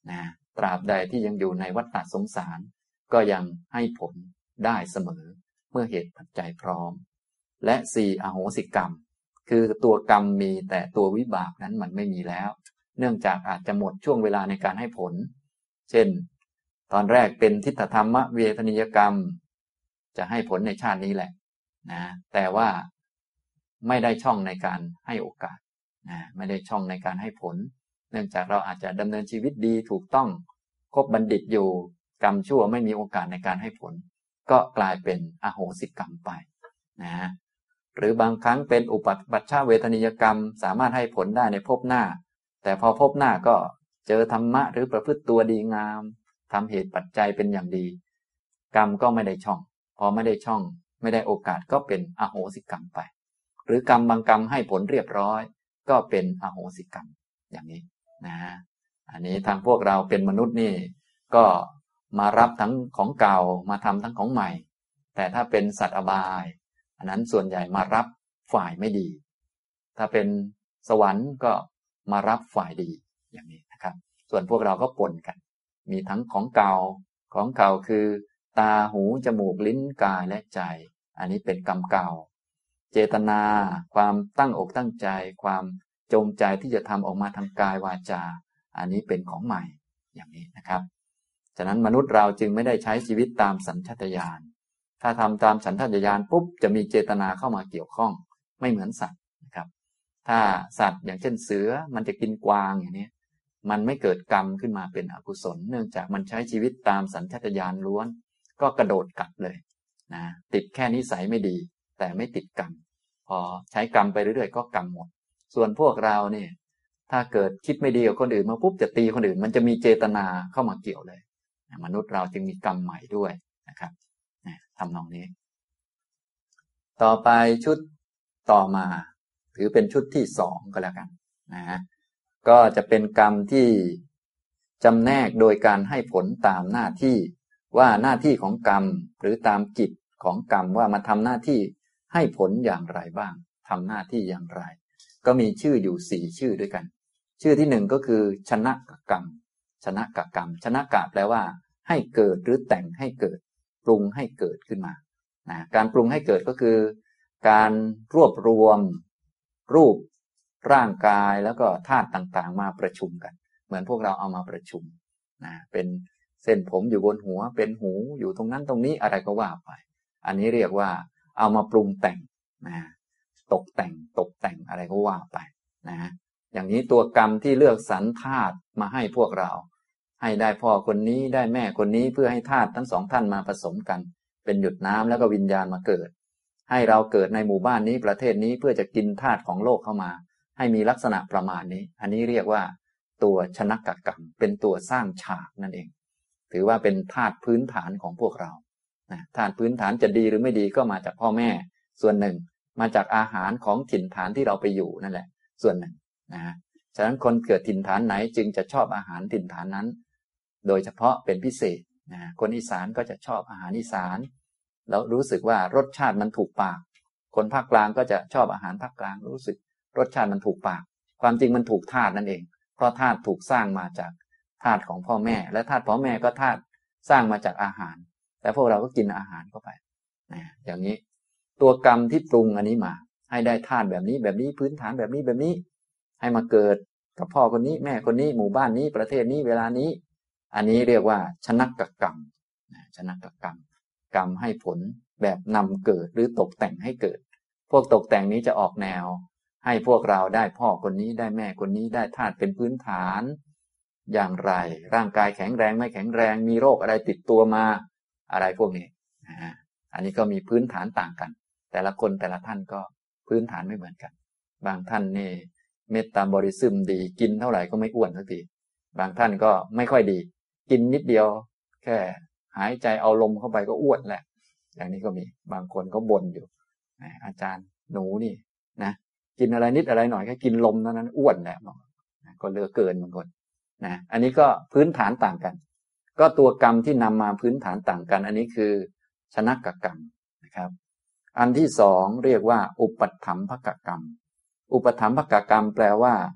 นะตราบใดที่ยังอยู่ในวัฏฏะสงสารก็ยังให้ผลได้เสมอเมื่อเหตุปัจจัยพร้อมและ4อโหสิกรรมคือตัวกรรมมีแต่ตัววิบากนั้นมันไม่มีแล้วเนื่องจากอาจจะหมดช่วงเวลาในการให้ผลเช่นตอนแรกเป็นทิฏฐธรรมเวทนิยกรรมจะให้ผลในชาตินี้แหละนะแต่ว่าไม่ได้ช่องในการให้โอกาสนะไม่ได้ช่องในการให้ผลเนื่องจากเราอาจจะดำเนินชีวิตดีถูกต้องคบบัณฑิตอยู่กรรมชั่วไม่มีโอกาสในการให้ผลก็กลายเป็นอโหสิกรรมไปนะหรือบางครั้งเป็นอุปัชฌเวทนิยกรรมสามารถให้ผลได้ในภพหน้าแต่พอภพหน้าก็เจอธรรมะหรือประพฤติตัวดีงามทำเหตุปัจจัยเป็นอย่างดีกรรมก็ไม่ได้ช่องพอไม่ได้ช่องไม่ได้โอกาสก็เป็นอโหสิกรรมไปหรือกรรมบางกรรมให้ผลเรียบร้อยก็เป็นอโหสิกรรมอย่างนี้นะอันนี้ทางพวกเราเป็นมนุษย์นี่ก็มารับทั้งของเก่ามาทำทั้งของใหม่แต่ถ้าเป็นสัตว์อบายอันนั้นส่วนใหญ่มารับฝ่ายไม่ดีถ้าเป็นสวรรค์ก็มารับฝ่ายดีอย่างนี้นะครับส่วนพวกเราก็ปนกันมีทั้งของเก่าคือตาหูจมูกลิ้นกายและใจอันนี้เป็นกรรมเก่าเจตนาความตั้งอกตั้งใจความจงใจที่จะทำออกมาทางกายวาจาอันนี้เป็นของใหม่อย่างนี้นะครับฉะนั้นมนุษย์เราจึงไม่ได้ใช้ชีวิตตามสัญชาตญาณถ้าทำตามสัญชาตญาณปุ๊บจะมีเจตนาเข้ามาเกี่ยวข้องไม่เหมือนสัตว์นะครับถ้าสัตว์อย่างเช่นเสือมันจะกินกวางอย่างนี้มันไม่เกิดกรรมขึ้นมาเป็นอกุศลเนื่องจากมันใช้ชีวิตตามสัญชาตญาณล้วนก็กระโดดกัดเลยนะติดแค่นิสัยไม่ดีแต่ไม่ติดกรรมพอใช้กรรมไปเรื่อยๆก็กรรมหมดส่วนพวกเราเนี่ยถ้าเกิดคิดไม่ดีกับคนอื่นมาปุ๊บจะตีคนอื่นมันจะมีเจตนาเข้ามาเกี่ยวเลยมนุษย์เราจึงมีกรรมใหม่ด้วยนะครับทำนองนี้ต่อไปชุดต่อมาถือเป็นชุดที่2ก็แล้วกันนะก็จะเป็นกรรมที่จำแนกโดยการให้ผลตามหน้าที่ว่าหน้าที่ของกรรมหรือตามกิจของกรรมว่ามาทำหน้าที่ให้ผลอย่างไรบ้างทำหน้าที่อย่างไรก็มีชื่ออยู่4ชื่อด้วยกันชื่อที่1ก็คือชนะกกรรมชนะกกรรมชนะกะแปลว่าให้เกิดหรือแต่งให้เกิดปรุงให้เกิดขึ้นมานะการปรุงให้เกิดก็คือการรวบรวมรูปร่างกายแล้วก็ธาตุต่างๆมาประชุมกันเหมือนพวกเราเอามาประชุมนะเป็นเส้นผมอยู่บนหัวเป็นหูอยู่ตรงนั้นตรงนี้อะไรก็ว่าไปอันนี้เรียกว่าเอามาปรุงแต่งนะตกแต่งอะไรก็ว่าไปนะอย่างนี้ตัวกรรมที่เลือกสรรธาตุมาให้พวกเราให้ได้พ่อคนนี้ได้แม่คนนี้เพื่อให้ธาตุทั้ง2ท่านมาผสมกันเป็นหยดน้ำแล้วก็วิญญาณมาเกิดให้เราเกิดในหมู่บ้านนี้ประเทศนี้เพื่อจะกินธาตุของโลกเข้ามาให้มีลักษณะประมาณนี้อันนี้เรียกว่าตัวชนกกรรมเป็นตัวสร้างฉากนั่นเองถือว่าเป็นธาตุพื้นฐานของพวกเราธาตุพื้นฐานจะดีหรือไม่ดีก็มาจากพ่อแม่ส่วนหนึ่งมาจากอาหารของถิ่นฐานที่เราไปอยู่นั่นแหละส่วนหนึ่งฉะนั้นคนเกิดถิ่นฐานไหนจึงจะชอบอาหารถิ่นฐานนั้นโดยเฉพาะเป็นพิเศษคนอีสานก็จะชอบอาหารอีสานแล้วรู้สึกว่ารสชาติมันถูกปากคนภาคกลางก็จะชอบอาหารภาคกลางรู้สึกรสชาติมันถูกปากความจริงมันถูกธาตุนั่นเองเพราะธาตุถูกสร้างมาจากธาตุของพ่อแม่และธาตุพ่อแม่ก็ธาตุสร้างมาจากอาหารแต่พวกเราก็กินอาหารเข้าไปอย่างนี้ตัวกรรมที่ปรุงอันนี้มาให้ได้ธาตุแบบนี้พื้นฐานแบบนี้ให้มาเกิดกับพ่อคนนี้แม่คนนี้หมู่บ้านนี้ประเทศนี้เวลานี้อันนี้เรียกว่าชนกกรรมชนกกรรมกรรมให้ผลแบบนำเกิดหรือตกแต่งให้เกิดพวกตกแต่งนี้จะออกแนวให้พวกเราได้พ่อคนนี้ได้แม่คนนี้ได้ธาตุเป็นพื้นฐานอย่างไรร่างกายแข็งแรงไม่แข็งแรงมีโรคอะไรติดตัวมาอะไรพวกนี้อันนี้ก็มีพื้นฐานต่างกันแต่ละคนแต่ละท่านก็พื้นฐานไม่เหมือนกันบางท่านนี่เมตาบอลิซึมดีกินเท่าไหร่ก็ไม่อ้วนสักทีบางท่านก็ไม่ค่อยดีกินนิดเดียวแค่หายใจเอาลมเข้าไปก็อ้วนแหละอย่างนี้ก็มีบางคนก็บ่นอยู่อาจารย์หนูนี่นะกินอะไรนิดอะไรหน่อยแค่กินลมเท่านั้นอ้วนแหละก็เหลือเกินบางคนอันนี้ก็พื้นฐานต่างกันก็ตัวกรรมที่นำมาพื้นฐานต่างกันอันนี้คือชนกกรรมนะครับอันที่2เรียกว่าอุปัฏฐัมภกกรรมอุปถัมภกกรรมแปลว่า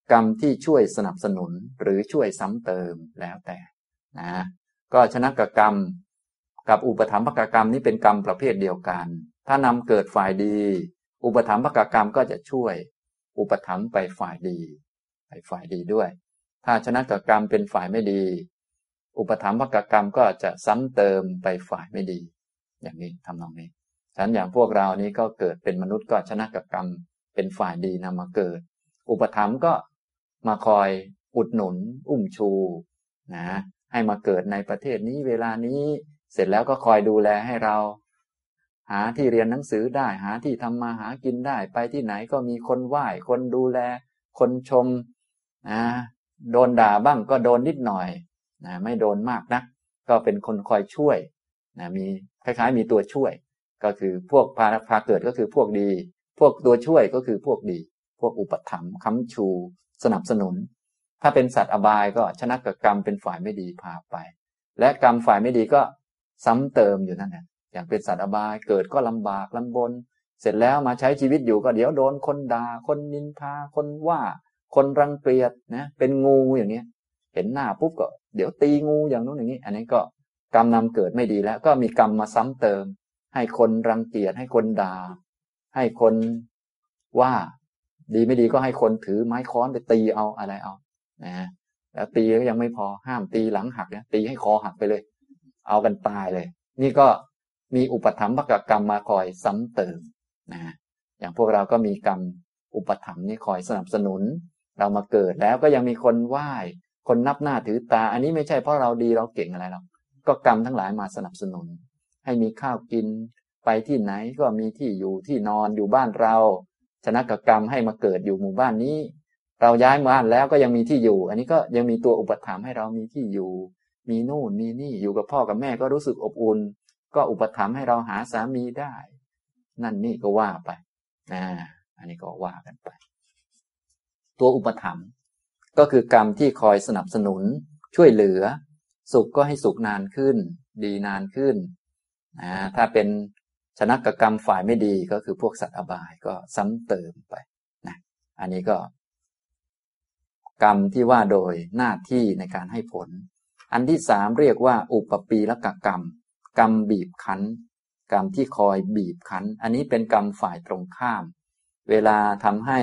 กรรมที่ช่วยสนับสนุนหรือช่วยซ้ำเติมแล้วแต่นะก็ชนะกกรรมกับอุปถัมภกกรรมนี้เป็นกรรมประเภทเดียวกันถ้านำเกิดฝ่ายดีอุปถัมภกกรรมก็จะช่วยอุปถัมภ์ไปฝ่ายดีไปฝ่ายดีด้วยถ้าชนะกกรรมเป็นฝ่ายไม่ดีอุปถัมภกกรรมก็จะซ้ำเติมไปฝ่ายไม่ดีอย่างนี้ทำนองนี้ฉะนั้นอย่างพวกเรานี้ก็เกิดเป็นมนุษย์ก็ชนะกกรรมเป็นฝ่ายดีนำมาเกิดอุปถัมภ์ก็มาคอยอุดหนุนอุ้มชูนะให้มาเกิดในประเทศนี้เวลานี้เสร็จแล้วก็คอยดูแลให้เราหาที่เรียนหนังสือได้หาที่ทำมาหากินได้ไปที่ไหนก็มีคนไหว้คนดูแลคนชมนะโดนด่าบ้างก็โดนนิดหน่อยนะไม่โดนมากนักก็เป็นคนคอยช่วยนะมีคล้ายๆมีตัวช่วยก็คือพวกพาเกิดก็คือพวกดีพวกตัวช่วยก็คือพวกดีพวกอุปถัมภ์ค้ำชูสนับสนุนถ้าเป็นสัตว์อบายก็ชนะกรรมเป็นฝ่ายไม่ดีพาไปและกรรมฝ่ายไม่ดีก็ซ้ำเติมอยู่นั่นแหละอย่างเป็นสัตว์อบายเกิดก็ลำบากลำบนเสร็จแล้วมาใช้ชีวิตอยู่ก็เดี๋ยวโดนคนด่าคนนินทาคนว่าคนรังเกียจนะเป็นงูอย่างนี้เห็นหน้าปุ๊บก็เดี๋ยวตีงูอย่างนู้นอย่างนี้อันนี้ก็กรรมนำเกิดไม่ดีแล้วก็มีกรรมมาซ้ำเติมให้คนรังเกียจให้คนด่าให้คนว่าดีไม่ดีก็ให้คนถือไม้ค้อนไปตีเอาอะไรเอานะแล้วตีก็ยังไม่พอห้ามตีหลังหักนะตีให้คอหักไปเลยเอากันตายเลยนี่ก็มีอุปถัมภกกรรมมาคอยซ้ำเติมนะอย่างพวกเราก็มีกรรมอุปถัมภ์นี่คอยสนับสนุนเรามาเกิดแล้วก็ยังมีคนไหว้คนนับหน้าถือตาอันนี้ไม่ใช่เพราะเราดีเราเก่งอะไรหรอกก็กรรมทั้งหลายมาสนับสนุนให้มีข้าวกินไปที่ไหนก็มีที่อยู่ที่นอนอยู่บ้านเราชนะกรรมให้มาเกิดอยู่หมู่บ้านนี้เราย้ายบ้านแล้วก็ยังมีที่อยู่อันนี้ก็ยังมีตัวอุปถัมภ์ให้เรามีที่อยู่มีนู่นมีนี่อยู่กับพ่อกับแม่ก็รู้สึกอบอุ่นก็อุปถัมภ์ให้เราหาสามีได้นั่นนี่ก็ว่าไปอันนี้ก็ว่ากันไปตัวอุปถัมภ์ก็คือกรรมที่คอยสนับสนุนช่วยเหลือสุขก็ให้สุขนานขึ้นดีนานขึ้นถ้าเป็นชนะกรรมฝ่ายไม่ดีก็คือพวกสัตว์อบายก็ซ้ำเติมไปนะอันนี้ก็กรรมที่ว่าโดยหน้าที่ในการให้ผลอันที่สามเรียกว่าอุปปีละกกรรมกรรมบีบคั้นกรรมที่คอยบีบคั้นอันนี้เป็นกรรมฝ่ายตรงข้ามเวลาทำให้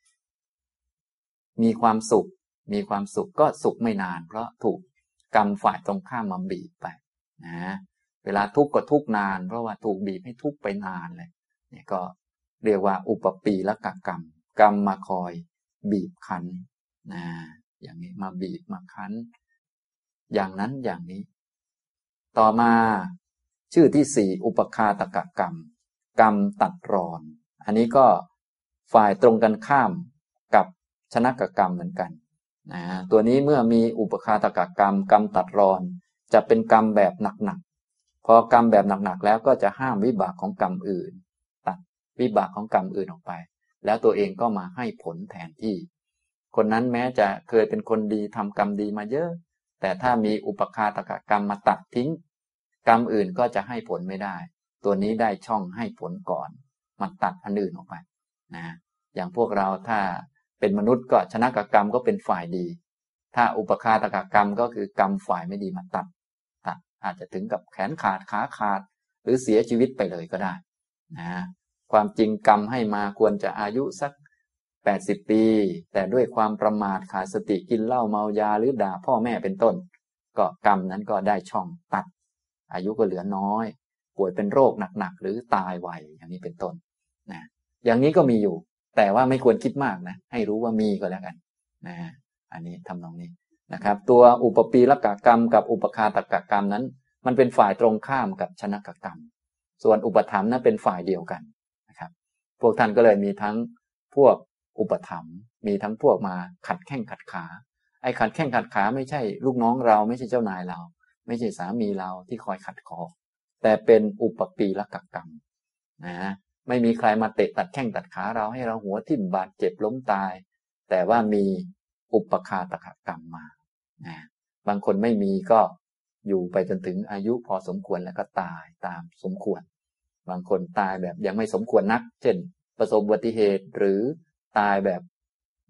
มีความสุขก็สุขไม่นานเพราะถูกกรรมฝ่ายตรงข้ามมาบีบไปนะเวลาทุกข์ก็ทุกข์นานเพราะว่าถูกบีบให้ทุกข์ไปนานเลยนี่ก็เรียกว่าอุปปีละกกรรมกรรมมาคอยบีบคั้นอย่างนี้มาบีบมาคั้นอย่างนั้นอย่างนี้ต่อมาชื่อที่สี่อุปคาตกกรรมกรรมตัดรอนอันนี้ก็ฝ่ายตรงกันข้ามกับชนะกรรมเหมือนกันตัวนี้เมื่อมีอุปคาตกกรรมกรรมตัดรอนจะเป็นกรรมแบบหนักๆพอกรรมแบบหนักๆแล้วก็จะห้ามวิบากของกรรมอื่นตัดวิบากของกรรมอื่นออกไปแล้วตัวเองก็มาให้ผลแทนที่คนนั้นแม้จะเคยเป็นคนดีทำกรรมดีมาเยอะแต่ถ้ามีอุปคาตกกรรมมาตัดทิ้งกรรมอื่นก็จะให้ผลไม่ได้ตัวนี้ได้ช่องให้ผลก่อนมันตัดอันอื่นออกไปอย่างพวกเราถ้าเป็นมนุษย์ก็ชนะกรรมก็เป็นฝ่ายดีถ้าอุปคาตกกรรมก็คือกรรมฝ่ายไม่ดีมาตัดอาจจะถึงกับแขนขาดขาขาดหรือเสียชีวิตไปเลยก็ได้ความจริงกรรมให้มาควรจะอายุสัก80 ปีแต่ด้วยความประมาทขาดสติกินเหล้าเมายาหรือด่าพ่อแม่เป็นต้นก็กรรมนั้นก็ได้ช่องตัดอายุก็เหลือน้อยป่วยเป็นโรคหนักๆหรือตายไวอย่างนี้เป็นต้นอย่างนี้ก็มีอยู่แต่ว่าไม่ควรคิดมากนะให้รู้ว่ามีก็แล้วกันอันนี้ทำนองนี้นะครับตัวอุปปีละกกรรมกับอุปคาตกกรรมนั้นมันเป็นฝ่ายตรงข้ามกับชนะกกรรมส่วนอุปถัมภ์นั้นเป็นฝ่ายเดียวกันนะครับพวกท่านก็เลยมีทั้งพวกอุปถัมภ์มีทั้งพวกมาขัดแข้งขัดขาไอ้ขัดแข้งขัดขาไม่ใช่ลูกน้องเราไม่ใช่เจ้านายเราไม่ใช่สามีเราที่คอยขัดคอแต่เป็นอุปปีละกกรรมไม่มีใครมาเตะตัดแข้งตัดขาเราให้เราหัวทิ่มบาดเจ็บล้มตายแต่ว่ามีอุปคาตกกรรมมาบางคนไม่มีก็อยู่ไปจนถึงอายุพอสมควรแล้วก็ตายตามสมควรบางคนตายแบบยังไม่สมควรนักเช่นประสบอุบัติเหตุหรือตายแบบ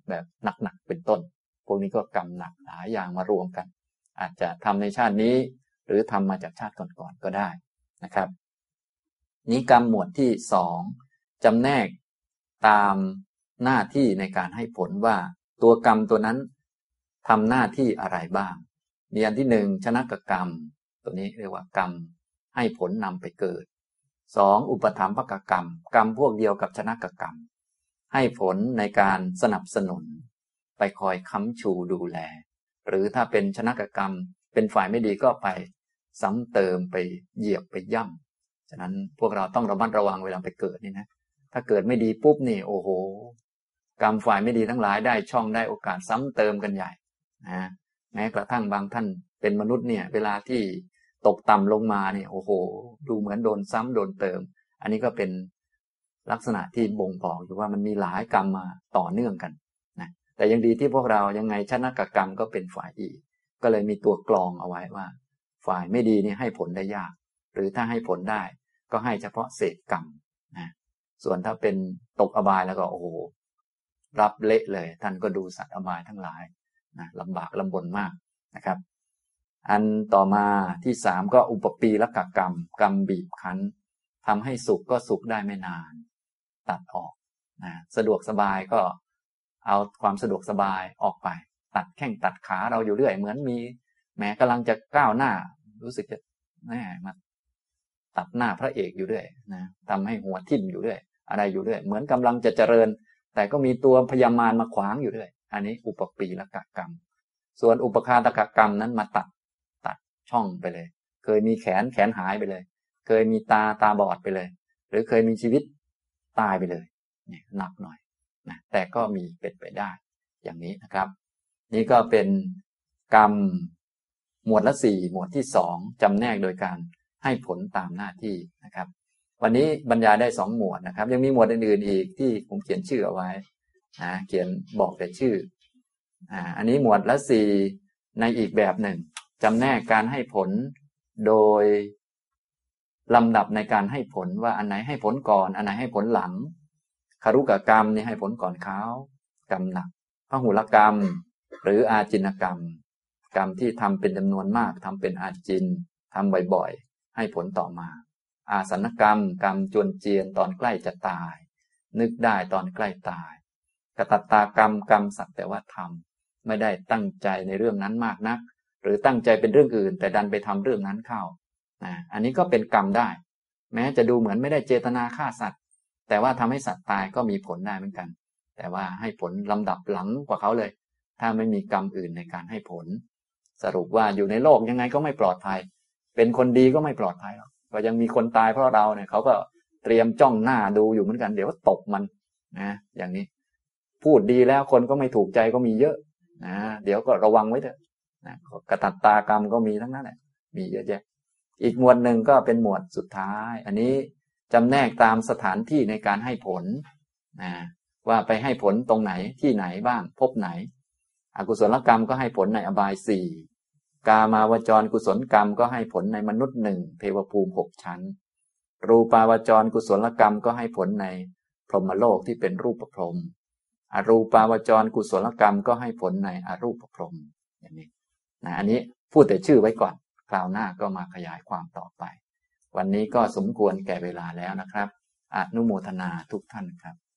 แบบหนักๆเป็นต้นพวกนี้ก็กรรมหนักหลายอย่างมารวมกันอาจจะทำในชาตินี้หรือทำมาจากชาติก่อนๆก็ได้นะครับนี้กรรมหมวดที่สองจำแนกตามหน้าที่ในการให้ผลว่าตัวกรรมตัวนั้นทำหน้าที่อะไรบ้างมีอันที่หนึ่งชนกกรรมตัวนี้เรียกว่ากรรมให้ผลนำไปเกิดสองอุปถัมภกกรรมกรรมพวกเดียวกับชนกกรรมให้ผลในการสนับสนุนไปคอยค้ำชูดูแลหรือถ้าเป็นชนกกรรมเป็นฝ่ายไม่ดีก็ไปซ้ำเติมไปเหยียบไปย่ำฉะนั้นพวกเราต้องระมัดระวังเวลาไปเกิดนี่นะถ้าเกิดไม่ดีปุ๊บนี่โอ้โหกรรมฝ่ายไม่ดีทั้งหลายได้ช่องได้โอกาสซ้ำเติมกันใหญ่นะแม้กระทั่งบางท่านเป็นมนุษย์เนี่ยเวลาที่ตกต่ำลงมาเนี่ยโอ้โหดูเหมือนโดนซ้ำโดนเติมอันนี้ก็เป็นลักษณะที่บ่งบอกอยู่ว่ามันมีหลายกรรมมาต่อเนื่องกันนะแต่ยังดีที่พวกเรายังไงชนกกรรมก็เป็นฝ่ายดีก็เลยมีตัวกรองเอาไว้ว่าฝ่ายไม่ดีนี่ให้ผลได้ยากหรือถ้าให้ผลได้ก็ให้เฉพาะเศษกรรมนะส่วนถ้าเป็นตกอบายแล้วก็โอ้โหรับเละเลยท่านก็ดูสัตว์อบายทั้งหลายนะลำบากลำบนมากนะครับอันต่อมาที่สามก็อุปปีละกกรรมกรรมบีบคั้นทำให้สุขก็สุขได้ไม่นานตัดออกนะสะดวกสบายก็เอาความสะดวกสบายออกไปตัดแข้งตัดขาเราอยู่เรื่อยเหมือนมีแม้กำลังจะก้าวหน้ารู้สึกจะแม่มาตัดหน้าพระเอกอยู่เรื่อยนะทำให้หัวทิ่มอยู่เรื่อยอะไรอยู่เรื่อยเหมือนกำลังจะเจริญแต่ก็มีตัวพยามารมาขวางอยู่เรื่อยอันนี้อุปปีละกกรรมส่วนอุปคาตกกรรมนั้นมาตัดช่องไปเลยเคยมีแขนหายไปเลยเคยมีตาบอดไปเลยหรือเคยมีชีวิตตายไปเลยเนี่ยหนักหน่อยนะแต่ก็มีเป็นไปได้อย่างนี้นะครับนี่ก็เป็นกรรมหมวดละสี่หมวดที่สองจำแนกโดยการให้ผลตามหน้าที่นะครับวันนี้บรรยายได้2หมวดนะครับยังมีหมวดอื่นๆอีกที่ผมเขียนชื่อเอาไว้นะเขียนบอกแต่ชื่ออันนี้หมวดละสี่ในอีกแบบหนึ่งจำแนกการให้ผลโดยลำดับในการให้ผลว่าอันไหนให้ผลก่อนอันไหนให้ผลหลังคารุกกรรมนี่ให้ผลก่อนเขากรรมหนักพหุลกรรมหรืออาจินกรรมกรรมที่ทำเป็นจำนวนมากทำเป็นอาจินทำบ่อยๆให้ผลต่อมาอาสันกรรมกรรมจวนเจียนตอนใกล้จะตายนึกได้ตอนใกล้ตายกตัตตากรรมกรรมสักแต่ว่าทำไม่ได้ตั้งใจในเรื่องนั้นมากนักหรือตั้งใจเป็นเรื่องอื่นแต่ดันไปทำเรื่องนั้นเข้าอันนี้ก็เป็นกรรมได้แม้จะดูเหมือนไม่ได้เจตนาฆ่าสัตว์แต่ว่าทำให้สัตว์ตายก็มีผลได้เหมือนกันแต่ว่าให้ผลลำดับหลังกว่าเขาเลยถ้าไม่มีกรรมอื่นในการให้ผลสรุปว่าอยู่ในโลกยังไงก็ไม่ปลอดภัยเป็นคนดีก็ไม่ปลอดภัยหรอกก็ยังมีคนตายเพราะเราเนี่ยเขาก็เตรียมจ้องหน้าดูอยู่เหมือนกันเดี๋ยวตบมันนะอย่างนี้พูดดีแล้วคนก็ไม่ถูกใจก็มีเยอะนะเดี๋ยวก็ระวังไว้เถอะนะกตัตตากรรมก็มีทั้งนั้นแหละมีเยอะแยะอีกหมวดหนึ่งก็เป็นหมวดสุดท้ายอันนี้จำแนกตามสถานที่ในการให้ผลนะว่าไปให้ผลตรงไหนที่ไหนบ้างพบไหนอกุศลกรรมก็ให้ผลในอบายสี่กามาวจรกุศลกรรมก็ให้ผลในมนุษย์หนึ่งเทวภูมิ6ชั้นรูปาวจรกุศลกรรมก็ให้ผลในพรหมโลกที่เป็นรูปพรหมอรูปาวจรกุศลกรรมก็ให้ผลในอรูปพรหมอย่างนี้นะอันนี้พูดแต่ชื่อไว้ก่อนคราวหน้าก็มาขยายความต่อไปวันนี้ก็สมควรแก่เวลาแล้วนะครับอนุโมทนาทุกท่านครับ